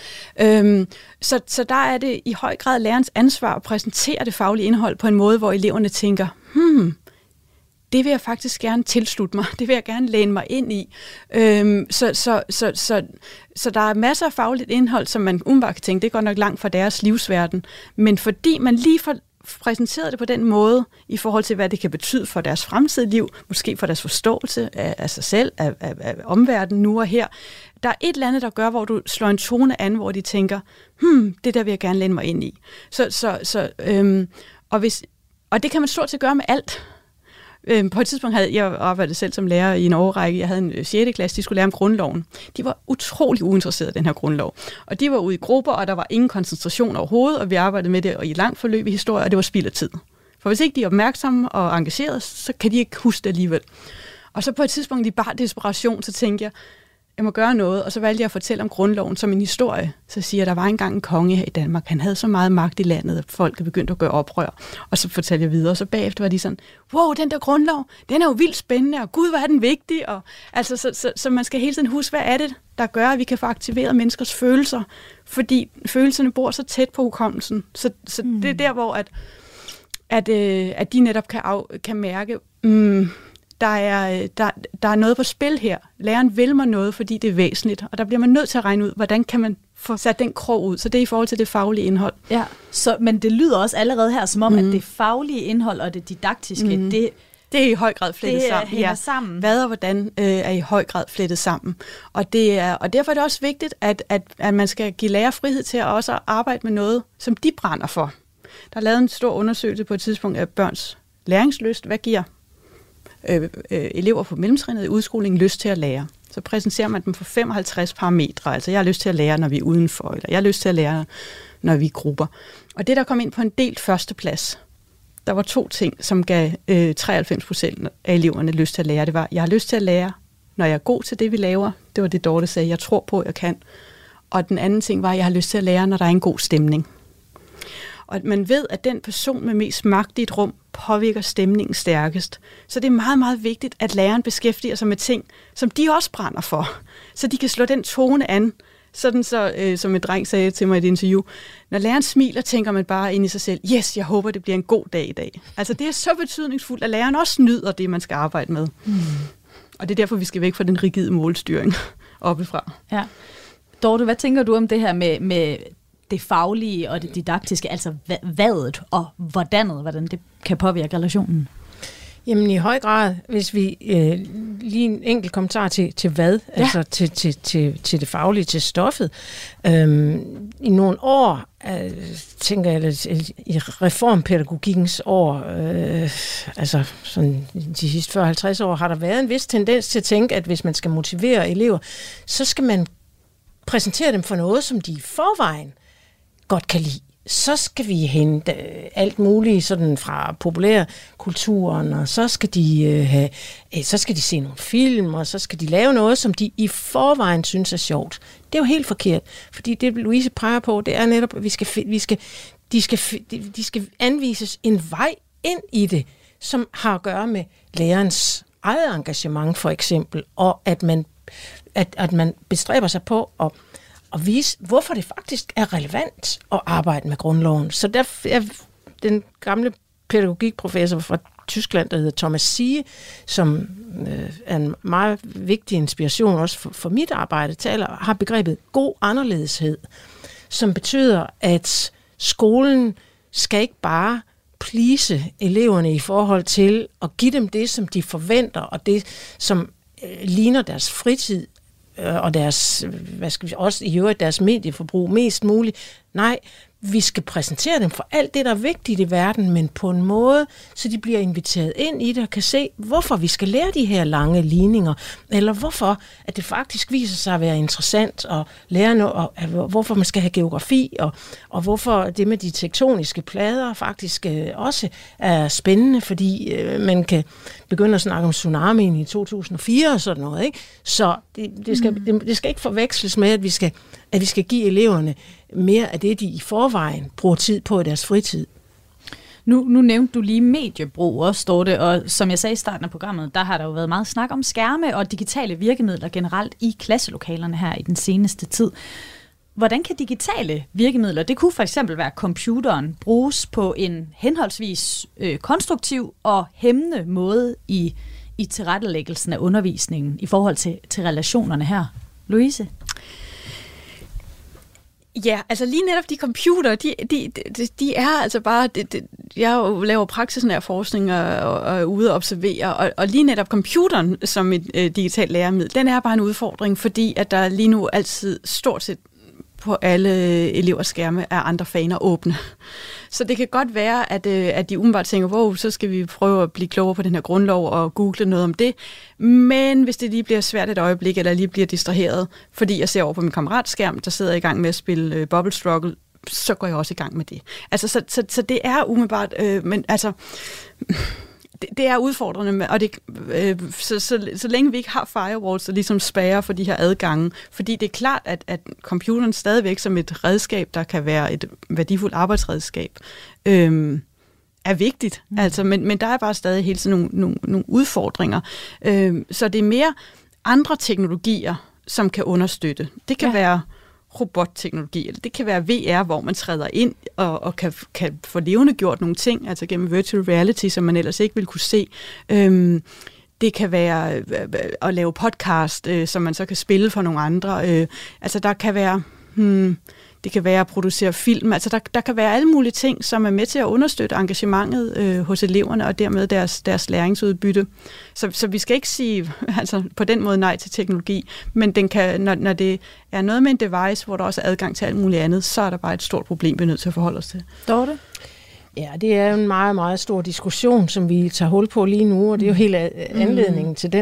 Så der er det i høj grad lærerens ansvar at præsentere det faglige indhold på en måde, hvor eleverne tænker, det vil jeg faktisk gerne tilslutte mig. Det vil jeg gerne læne mig ind i. Så der er masser af fagligt indhold, som man umiddelbart kan tænke, det går nok langt fra deres livsverden. Men fordi man lige får præsenteret det på den måde, i forhold til, hvad det kan betyde for deres fremtidige liv, måske for deres forståelse af sig selv, af omverdenen nu og her, der er et eller andet, der gør, hvor du slår en tone an, hvor de tænker, det der vil jeg gerne læne mig ind i. Og det kan man stort set gøre med alt. På et tidspunkt havde jeg arbejdet selv som lærer i en årrække. Jeg havde en 6. klasse, de skulle lære om grundloven. De var utrolig uinteresserede i den her grundlov. Og de var ude i grupper, og der var ingen koncentration overhovedet, og vi arbejdede med det i et langt forløb i historie, og det var spild af tid. For hvis ikke de er opmærksomme og engagerede, så kan de ikke huske det alligevel. Og så på et tidspunkt i bare desperation, så tænkte jeg må gøre noget, og så valgte jeg at fortælle om grundloven som en historie. Så siger jeg, der var engang en konge her i Danmark. Han havde så meget magt i landet, at folk begyndte at gøre oprør. Og så fortalte jeg videre, og så bagefter var de sådan, wow, den der grundlov, den er jo vildt spændende, og gud, hvor er den vigtig. Og, altså, så man skal hele tiden huske, hvad er det, der gør, at vi kan få aktiveret menneskers følelser, fordi følelserne bor så tæt på hukommelsen. Så det er der, hvor at de netop kan mærke, der er noget på spil her. Læreren vil mig noget, fordi det er væsentligt, og der bliver man nødt til at regne ud, hvordan kan man få sat den krog ud. Så det er i forhold til det faglige indhold. Ja, men det lyder også allerede her, som om, at det faglige indhold og det didaktiske, det er i høj grad flettet sammen. Sammen. Hvad og hvordan er i høj grad flettet sammen. Og derfor er det også vigtigt, at man skal give lærer frihed til at også arbejde med noget, som de brænder for. Der er lavet en stor undersøgelse på et tidspunkt af børns læringslyst. Hvad giver elever på mellemtrinnet i udskolingen lyst til at lære? Så præsenterer man dem for 55 parametre. Altså, jeg har lyst til at lære, når vi er udenfor, eller jeg har lyst til at lære, når vi er grupper. Og det, der kom ind på en delt førsteplads, der var 2 ting, som gav 93% af eleverne lyst til at lære. Det var, jeg har lyst til at lære, når jeg er god til det, vi laver. Det var det, Dorte sagde, jeg tror på, jeg kan. Og den anden ting var, jeg har lyst til at lære, når der er en god stemning. Og at man ved, at den person med mest magt i et rum påvirker stemningen stærkest. Så det er meget, meget vigtigt, at læreren beskæftiger sig med ting, som de også brænder for. Så de kan slå den tone an, Sådan så, som en dreng sagde til mig i et interview, når læreren smiler, tænker man bare ind i sig selv, yes, jeg håber, det bliver en god dag i dag. Altså det er så betydningsfuldt, at læreren også nyder det, man skal arbejde med. Og det er derfor, vi skal væk fra den rigide målstyring oppefra. Ja. Dorte, hvad tænker du om det her med det faglige og det didaktiske, altså vadet og hvordan det kan påvirke relationen? Jamen i høj grad, hvis vi lige en enkelt kommentar til hvad, altså til det faglige, til stoffet. I nogle år, tænker jeg, i reformpædagogikkens år, altså sådan de sidste 40-50 år, har der været en vis tendens til at tænke, at hvis man skal motivere elever, så skal man præsentere dem for noget, som de i forvejen godt kan lide. Så skal vi hente alt muligt sådan fra populærkulturen, og så skal de se nogle film, og så skal de lave noget, som de i forvejen synes er sjovt. Det er jo helt forkert, fordi det Louise peger på, det er netop, at de skal anvises en vej ind i det, som har at gøre med lærerens eget engagement for eksempel, og at man bestræber sig på at vise, hvorfor det faktisk er relevant at arbejde med grundloven. Så der er den gamle pædagogikprofessor fra Tyskland, der hedder Thomas Siege, som er en meget vigtig inspiration også for mit arbejde, har begrebet god anderledeshed, som betyder, at skolen skal ikke bare please eleverne i forhold til at give dem det, som de forventer, og det, som ligner deres fritid, og deres, også i øvrigt deres medieforbrug mest muligt. Nej, vi skal præsentere dem for alt det, der er vigtigt i verden, men på en måde, så de bliver inviteret ind i det og kan se, hvorfor vi skal lære de her lange ligninger, eller hvorfor at det faktisk viser sig at være interessant at lære noget, og hvorfor man skal have geografi, og hvorfor det med de tektoniske plader faktisk også er spændende, fordi man kan begynde at snakke om tsunamien i 2004 og sådan noget, ikke? Så det skal ikke forveksles med, at vi skal give eleverne mere af det, de i forvejen bruger tid på i deres fritid. Nu nævnte du lige mediebrug også, Dorte, og som jeg sagde i starten af programmet, der har der jo været meget snak om skærme og digitale virkemidler generelt i klasselokalerne her i den seneste tid. Hvordan kan digitale virkemidler, det kunne for eksempel være computeren, bruges på en henholdsvis konstruktiv og hæmmende måde i tilrettelæggelsen af undervisningen i forhold til relationerne her? Louise? Ja, altså lige netop de computere, de er altså bare, jeg jo laver praksisnær forskning og er ude og observere, og lige netop computeren som et digitalt læremiddel, den er bare en udfordring, fordi at der lige nu altid stort set på alle elevers skærme er andre faner åbne. Så det kan godt være, at de umiddelbart tænker, wow, så skal vi prøve at blive klogere på den her grundlov og google noget om det. Men hvis det lige bliver svært et øjeblik, eller lige bliver distraheret, fordi jeg ser over på min kammeratskærm, der sidder i gang med at spille Bubble Struggle, så går jeg også i gang med det. Altså, så det er umiddelbart, men altså... Det er udfordrende, og så længe vi ikke har firewalls, der ligesom spærrer for de her adgange, fordi det er klart, at computeren stadigvæk som et redskab, der kan være et værdifuldt arbejdsredskab, er vigtigt. Altså, men der er bare stadig hele tiden nogle udfordringer. Så det er mere andre teknologier, som kan understøtte. Det kan være robotteknologi, eller det kan være VR, hvor man træder ind og kan få levende gjort nogle ting, altså gennem virtual reality, som man ellers ikke ville kunne se. Det kan være at lave podcast, som man så kan spille for nogle andre. Altså der kan være... Det kan være at producere film. Altså der kan være alle mulige ting, som er med til at understøtte engagementet hos eleverne, og dermed deres læringsudbytte. Så vi skal ikke sige altså på den måde nej til teknologi, men den kan, når det er noget med en device, hvor der også er adgang til alt muligt andet, så er der bare et stort problem, vi er nødt til at forholde os til. Dorte? Ja, det er en meget, meget stor diskussion, som vi tager hul på lige nu, og det er jo hele anledningen til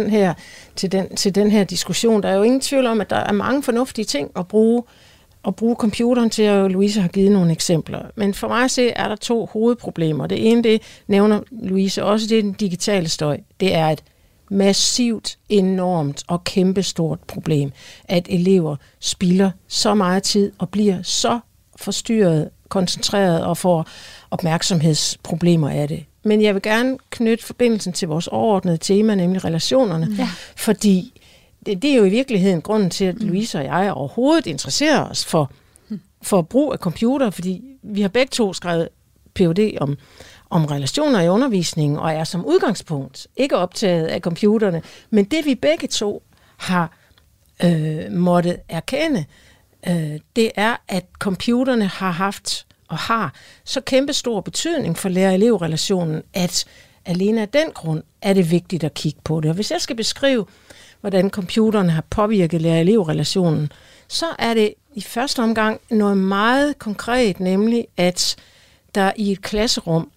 den her diskussion. Der er jo ingen tvivl om, at der er mange fornuftige ting at bruge computeren til, og Louise har givet nogle eksempler. Men for mig at se, er der 2 hovedproblemer. Det ene, det nævner Louise også, det er den digitale støj. Det er et massivt, enormt og kæmpestort problem, at elever spilder så meget tid og bliver så forstyrret, koncentreret og får opmærksomhedsproblemer af det. Men jeg vil gerne knytte forbindelsen til vores overordnede tema, nemlig relationerne, fordi det er jo i virkeligheden grunden til, at Louise og jeg overhovedet interesserer os for brug af computer, fordi vi har begge to skrevet Ph.D. om relationer i undervisningen, og er som udgangspunkt ikke optaget af computerne. Men det vi begge to har måttet erkende, det er, at computerne har haft og har så kæmpe stor betydning for lærer-elev-relationen, at alene af den grund er det vigtigt at kigge på det. Og hvis jeg skal beskrive, hvordan computerne har påvirket lærer-elev-relationen, så er det i første omgang noget meget konkret, nemlig at der i et klasserum,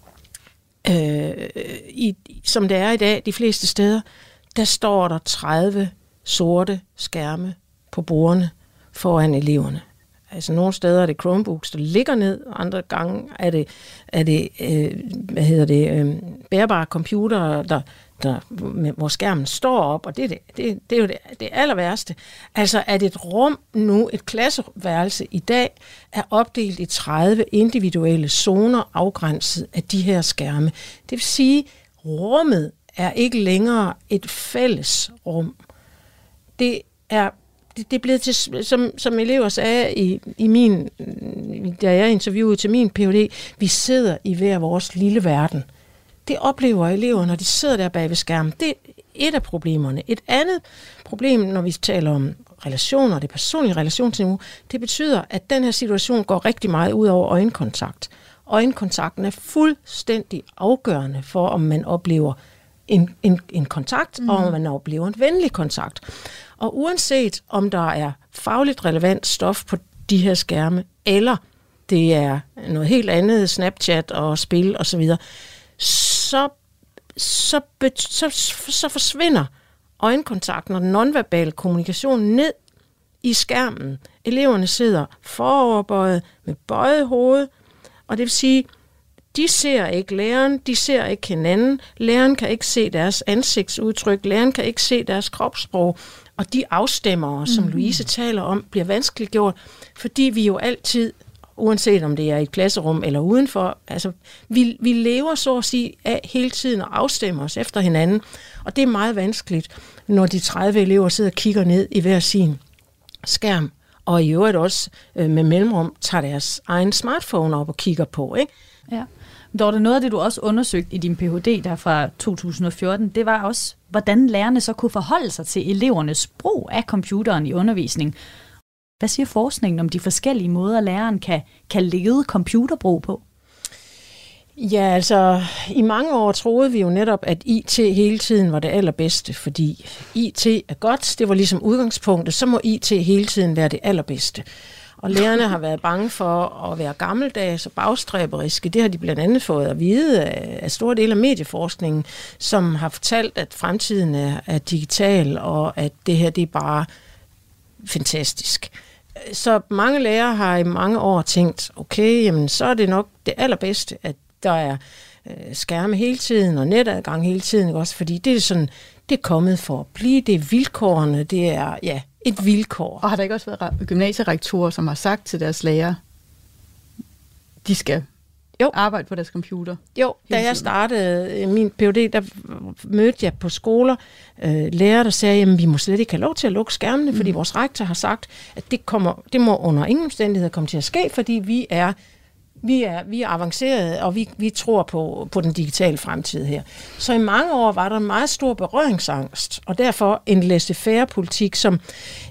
som det er i dag de fleste steder, der står der 30 sorte skærme på bordene foran eleverne. Altså nogle steder er det Chromebooks, der ligger ned, andre gange er det bærbare computere, hvor skærmen står op, og det er jo det aller værste. Altså at et rum nu, et klasseværelse i dag, er opdelt i 30 individuelle zoner afgrænset af de her skærme. Det vil sige, rummet er ikke længere et fælles rum. Det er blevet til, som elever sagde da jeg interviewede til min Ph.D., vi sidder i hver vores lille verden. Det oplever elever, når de sidder der bag ved skærmen. Det er et af problemerne. Et andet problem, når vi taler om relationer, det personlige relationsniveau, det betyder, at den her situation går rigtig meget ud over øjenkontakt. Øjenkontakten er fuldstændig afgørende for, om man oplever en kontakt, og om man oplever en venlig kontakt. Og uanset om der er fagligt relevant stof på de her skærme, eller det er noget helt andet, Snapchat og spil osv., så forsvinder øjenkontakten og den nonverbale kommunikation ned i skærmen. Eleverne sidder foroverbøjet med bøjet hoved, og det vil sige, de ser ikke læreren, de ser ikke hinanden, læreren kan ikke se deres ansigtsudtryk, læreren kan ikke se deres kropssprog, og de afstemmere, som Louise taler om, bliver vanskeligt gjort, fordi vi jo altid, uanset om det er i et klasserum eller udenfor, altså vi lever så at sige af hele tiden og afstemmer os efter hinanden, og det er meget vanskeligt, når de 30 elever sidder og kigger ned i hver sin skærm, og i øvrigt også med mellemrum tager deres egen smartphone op og kigger på, ikke? Ja. Dorte, noget af det, du også undersøgte i din Ph.D. der fra 2014, det var også, hvordan lærerne så kunne forholde sig til elevernes brug af computeren i undervisning. Hvad siger forskningen om de forskellige måder, læreren kan lede computerbrug på? Ja, altså i mange år troede vi jo netop, at IT hele tiden var det allerbedste, fordi IT er godt, det var ligesom udgangspunktet, så må IT hele tiden være det allerbedste. Og lærerne har været bange for at være gammeldags og bagstræberiske. Det har de blandt andet fået at vide af store dele af medieforskningen, som har fortalt, at fremtiden er digital, og at det her det er bare fantastisk. Så mange lærere har i mange år tænkt, okay, jamen, så er det nok det allerbedste, at der er skærme hele tiden og netadgang hele tiden, også fordi det er sådan, det er kommet for at blive, det er vilkårene, det er et vilkår. Og har der ikke også været gymnasierektorer, som har sagt til deres lærere, de skal arbejde på deres computer? Jo, da jeg startede min Ph.D., der mødte jeg på skoler lærere, der sagde, at vi må slet ikke have lov til at lukke skærmene, fordi vores rektor har sagt, at det må under ingen omstændigheder komme til at ske, fordi vi er avancerede, og vi tror på den digitale fremtid her. Så i mange år var der en meget stor berøringsangst, og derfor en laissez-faire-politik, som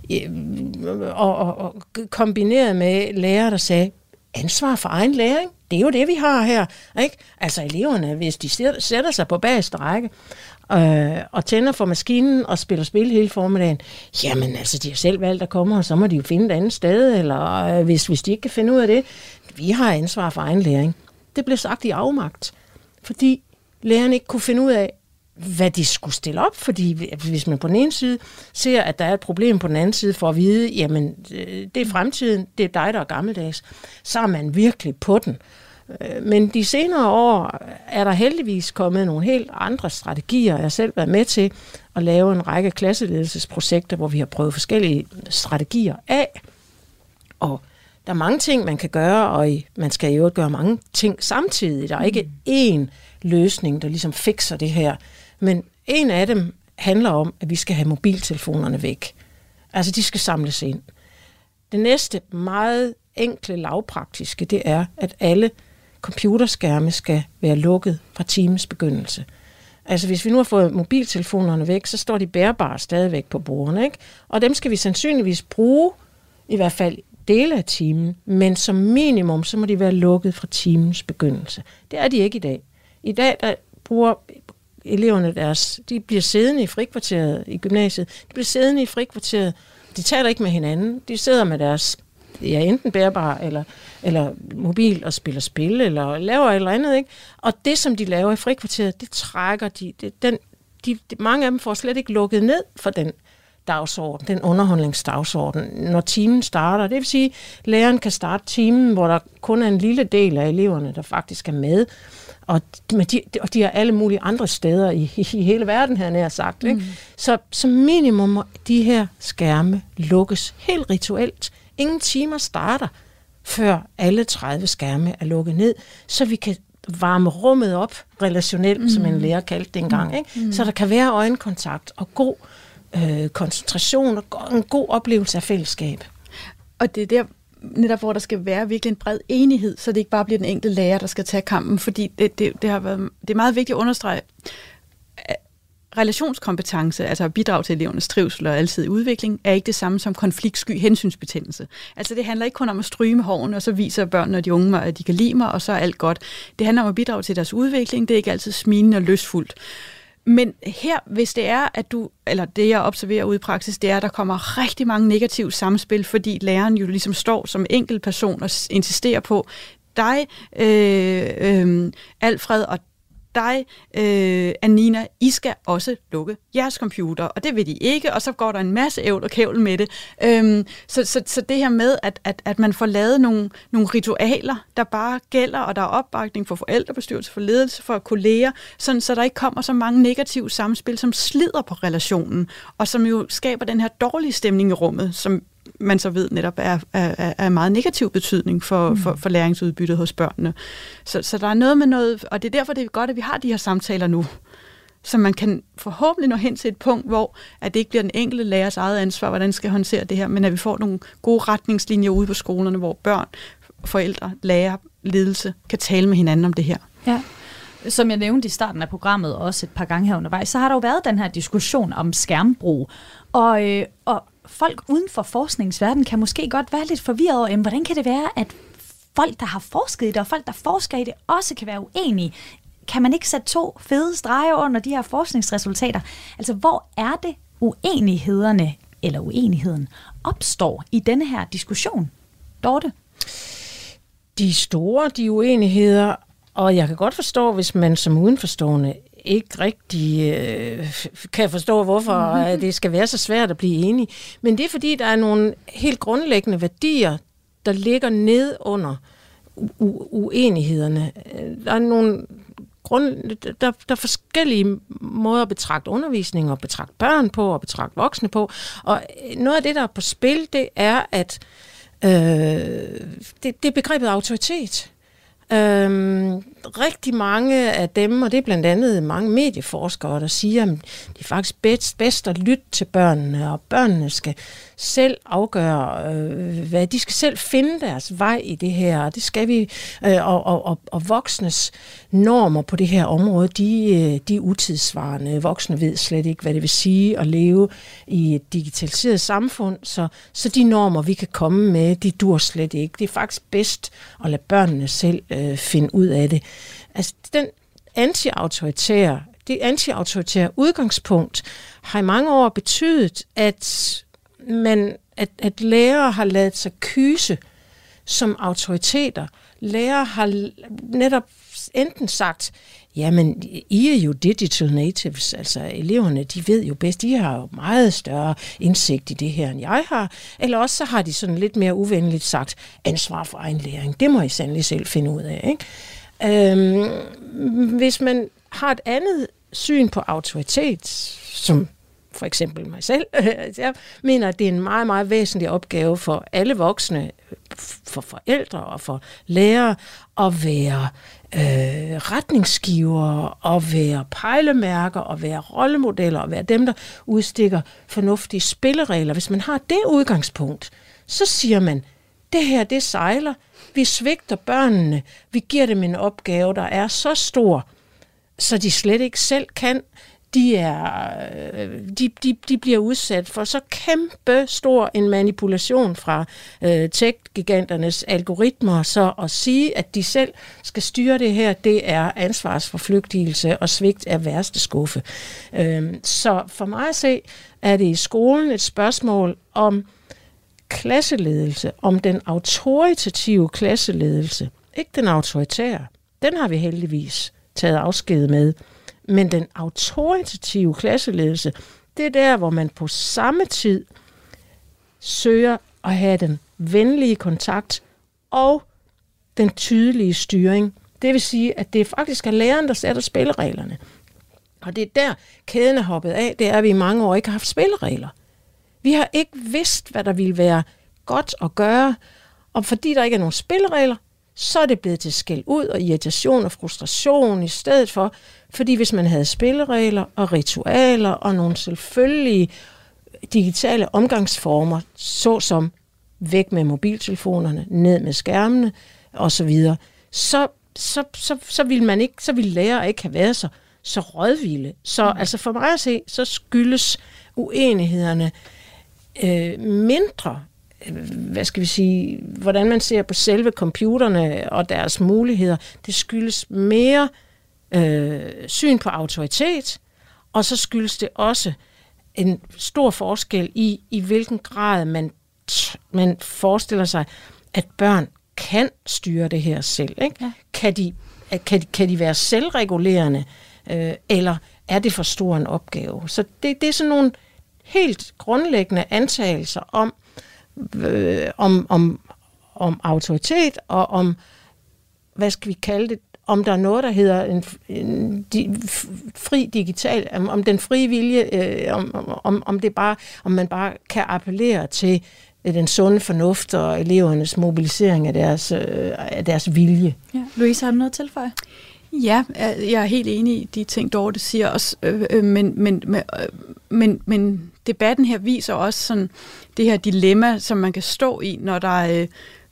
og kombineret med lærere, der sagde, ansvar for egen læring, det er jo det, vi har her. Ikke? Altså eleverne, hvis de sætter sig på bagerste række og tænder for maskinen og spiller spil hele formiddagen, jamen altså, de har selv valgt at komme, og så må de jo finde et andet sted, eller hvis de ikke kan finde ud af det, vi har ansvar for egen læring. Det blev sagt i afmagt, fordi lærerne ikke kunne finde ud af, hvad de skulle stille op, fordi hvis man på den ene side ser, at der er et problem på den anden side, for at vide, jamen det er fremtiden, det er dig, der er gammeldags, så er man virkelig på den. Men de senere år er der heldigvis kommet nogle helt andre strategier. Jeg har selv været med til at lave en række klasseledelsesprojekter, hvor vi har prøvet forskellige strategier af. Og der er mange ting, man kan gøre, og man skal jo gøre mange ting samtidig. Der er ikke én løsning, der ligesom fikser det her. Men en af dem handler om, at vi skal have mobiltelefonerne væk. Altså, de skal samles ind. Det næste meget enkle, lavpraktiske, det er, at alle computerskærme skal være lukket fra timens begyndelse. Altså, hvis vi nu har fået mobiltelefonerne væk, så står de bærbare stadigvæk på bordene, ikke? Og dem skal vi sandsynligvis bruge, i hvert fald dele af timen, men som minimum, så må de være lukket fra timens begyndelse. Det er de ikke i dag. I dag, der bruger eleverne de bliver siddende i frikvarteret i gymnasiet. De bliver siddende i frikvarteret. De taler ikke med hinanden. De sidder med deres, enten bærbar eller mobil og spiller spil, eller laver et eller andet, ikke? Og det, som de laver i frikvarteret, det trækker mange af dem får slet ikke lukket ned for den dagsorden, den underholdningsdagsorden, når timen starter. Det vil sige, at læreren kan starte timen, hvor der kun er en lille del af eleverne, der faktisk er med. Og de er alle mulige andre steder i hele verden, her nær sagt. Ikke? Så som minimum må de her skærme lukkes helt rituelt. Ingen timer starter, før alle 30 skærme er lukket ned, så vi kan varme rummet op relationelt, som en lærer kaldte det engang. Ikke? Så der kan være øjenkontakt og god koncentration og en god oplevelse af fællesskab. Og det er der netop, hvor der skal være virkelig en bred enighed, så det ikke bare bliver den enkelte lærer, der skal tage kampen, fordi det er meget vigtigt at understrege, relationskompetence, altså at bidrage til elevernes trivsel og alsidig udvikling, er ikke det samme som konfliktsky hensynsbetændelse. Altså det handler ikke kun om at stryge med hårene, og så viser børnene og de unge mig, at de kan lide mig, og så er alt godt. Det handler om at bidrage til deres udvikling, det er ikke altid smilende og lystfuldt. Men her, hvis det er, at det jeg observerer ude i praksis, det er, at der kommer rigtig mange negative samspil, fordi læreren jo ligesom står som enkelt person og insisterer på, dig, Alfred, og dig, Anina, I skal også lukke jeres computer, og det vil de ikke, og så går der en masse ævl og kævl med det. Så det her med, at man får lavet nogle ritualer, der bare gælder, og der er opbakning for forældrebestyrelse, for ledelse, for kolleger, sådan, så der ikke kommer så mange negative samspil, som slider på relationen, og som jo skaber den her dårlige stemning i rummet, som man så ved netop er meget negativ betydning for læringsudbyttet hos børnene. Så der er noget med noget, og det er derfor, det er godt, at vi har de her samtaler nu, så man kan forhåbentlig nå hen til et punkt, hvor at det ikke bliver den enkelte lærers eget ansvar, hvordan skal håndtere det her, men at vi får nogle gode retningslinjer ude på skolerne, hvor børn, forældre, lærer, ledelse kan tale med hinanden om det her. Ja. Som jeg nævnte i starten af programmet, også et par gange her undervejs, så har der jo været den her diskussion om skærmbrug, og folk uden for forskningsverdenen kan måske godt være lidt forvirret over, hvordan kan det være, at folk, der har forsket i det, og folk, der forsker i det, også kan være uenige. Kan man ikke sætte 2 fede streger under de her forskningsresultater? Altså, hvor er det uenighederne, eller uenigheden, opstår i denne her diskussion? Dorte? De uenigheder, og jeg kan godt forstå, hvis man som udenforstående ikke rigtig kan forstå, hvorfor det skal være så svært at blive enige. Men det er fordi, der er nogle helt grundlæggende værdier, der ligger ned under uenighederne. Der er nogle der er forskellige måder at betragte undervisning og betragte børn på og betragte voksne på. Og noget af det, der er på spil, det er, at det er begrebet autoritet. Rigtig mange af dem, og det er blandt andet mange medieforskere, der siger, at det er faktisk bedst at lytte til børnene, og børnene skal selv afgøre, hvad de skal selv finde deres vej i det her, og det skal vi, og voksnes normer på det her område, de er utidssvarende. Voksne ved slet ikke, hvad det vil sige at leve i et digitaliseret samfund, så de normer, vi kan komme med, de dur slet ikke. Det er faktisk bedst at lade børnene selv finde ud af det. Altså, det anti-autoritære udgangspunkt har i mange år betydet, at lærere har ladet sig kyse som autoriteter. Lærere har netop enten sagt, jamen, I er jo digital natives, altså eleverne, de ved jo bedst, de har jo meget større indsigt i det her, end jeg har. Eller også så har de sådan lidt mere uvenligt sagt, ansvar for egen læring, det må I sandelig selv finde ud af, ikke? Hvis man har et andet syn på autoritet, som for eksempel mig selv, jeg mener, at det er en meget, meget væsentlig opgave for alle voksne, for forældre og for lærere at være retningsgiver, og være pejlemærker, og være rollemodeller, og være dem, der udstikker fornuftige spilleregler. Hvis man har det udgangspunkt, så siger man, det her, det sejler, vi svigter børnene, vi giver dem en opgave, der er så stor, så de slet ikke selv kan. De bliver udsat for så kæmpe stor en manipulation fra tech-giganternes algoritmer, så at sige, at de selv skal styre det her, det er ansvarsforflygtigelse og svigt af værste skuffe. Så for mig at se, er det i skolen et spørgsmål om klasseledelse, om den autoritative klasseledelse, ikke den autoritære. Den har vi heldigvis taget afsked med. Men den autoritative klasseledelse, det er der, hvor man på samme tid søger at have den venlige kontakt og den tydelige styring. Det vil sige, at det faktisk er læreren, der sætter spillereglerne. Og det er der, kæden er hoppet af, det er, at vi i mange år ikke har haft spilleregler. Vi har ikke vidst, hvad der ville være godt at gøre, og fordi der ikke er nogen spilleregler, så er det blevet til skæld ud og irritation og frustration i stedet for, fordi hvis man havde spilleregler og ritualer og nogle selvfølgelige digitale omgangsformer, såsom væk med mobiltelefonerne, ned med skærmene osv., så ville lærere ikke have været så rådvilde. Så altså for mig at se, så skyldes uenighederne mindre, hvordan man ser på selve computerne og deres muligheder. Det skyldes mere syn på autoritet, og så skyldes det også en stor forskel i hvilken grad man forestiller sig, at børn kan styre det her selv. Ikke? Ja. Kan de være selvregulerende, eller er det for stor en opgave? Så det er sådan nogle helt grundlæggende antagelser om autoritet, og om, hvad skal vi kalde det, om der er noget, der hedder fri digital, om den frie vilje, om man bare kan appellere til den sunde fornuft og elevernes mobilisering af deres vilje. Ja. Louise, har du noget at tilføje? Ja, jeg er helt enig i de ting, Dorte siger også, men debatten her viser også sådan det her dilemma, som man kan stå i, når der er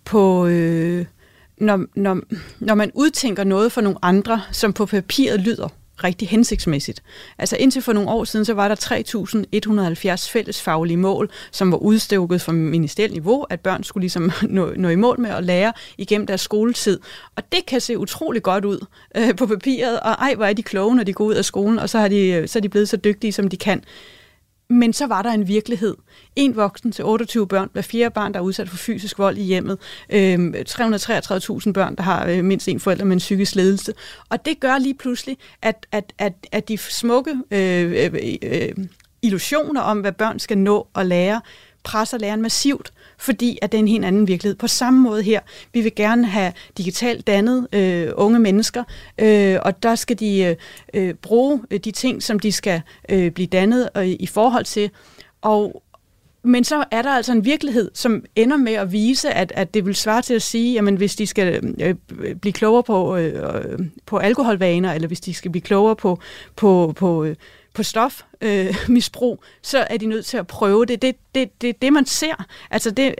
når man udtænker noget for nogle andre, som på papiret lyder rigtig hensigtsmæssigt. Altså indtil for nogle år siden, så var der 3.170 fælles faglige mål, som var udstukket fra ministerielt niveau, at børn skulle ligesom nå i mål med at lære igennem deres skoletid. Og det kan se utrolig godt ud på papiret, og hvor er de kloge, når de går ud af skolen, og så er de blevet så dygtige, som de kan. Men så var der en virkelighed. En voksen til 28 børn, hver 4 barn, der er udsat for fysisk vold i hjemmet. 333.000 børn, der har mindst en forælder med en psykisk lidelse. Og det gør lige pludselig, at de smukke illusioner om, hvad børn skal nå at lære, presser læreren massivt, fordi at det er en helt anden virkelighed. På samme måde her, vi vil gerne have digitalt dannede unge mennesker, og der skal de bruge de ting, som de skal blive dannet i forhold til. Men så er der altså en virkelighed, som ender med at vise, at det vil svare til at sige, jamen hvis de skal blive klogere på alkoholvaner, eller hvis de skal blive klogere på stofmisbrug, så er de nødt til at prøve det. Det man ser. Altså det,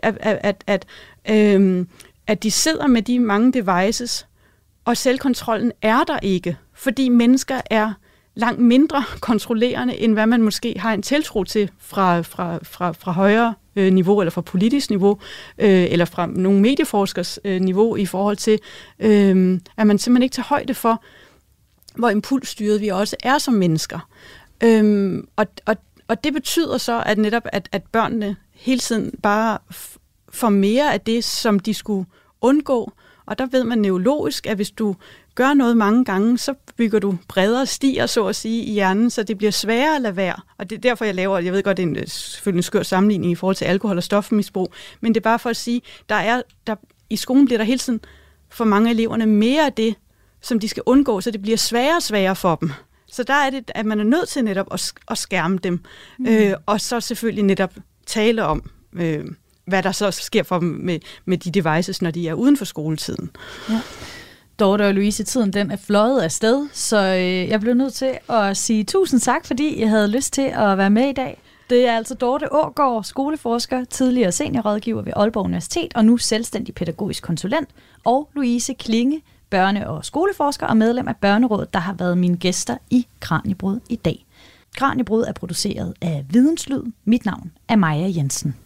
at de sidder med de mange devices, og selvkontrollen er der ikke, fordi mennesker er langt mindre kontrollerende, end hvad man måske har en tiltro til fra højere niveau, eller fra politisk niveau, eller fra nogle medieforskers niveau, i forhold til, at man simpelthen ikke tager højde for, hvor impulsstyret vi også er som mennesker. Og det betyder så, at netop at børnene hele tiden bare får mere af det, som de skulle undgå. Og der ved man neurologisk, at hvis du gør noget mange gange, så bygger du bredere stier, så at sige, i hjernen, så det bliver sværere at lade være. Og det er derfor, jeg ved godt, det er selvfølgelig en skør sammenligning i forhold til alkohol og stofmisbrug, men det er bare for at sige, der i skolen bliver der hele tiden for mange af eleverne mere af det, som de skal undgå, så det bliver sværere og sværere for dem. Så der er det, at man er nødt til netop at skærme dem, og så selvfølgelig netop tale om, hvad der så sker for dem med de devices, når de er uden for skoletiden. Ja. Dorte og Louise, tiden den er fløjet afsted, så jeg blev nødt til at sige tusind tak, fordi jeg havde lyst til at være med i dag. Det er altså Dorte Aagaard, skoleforsker, tidligere seniorrådgiver ved Aalborg Universitet og nu selvstændig pædagogisk konsulent, og Louise Klinge, børne- og skoleforsker og medlem af Børnerådet, der har været mine gæster i Kraniebrud i dag. Kraniebrud er produceret af Videnslyd. Mit navn er Maja Jensen.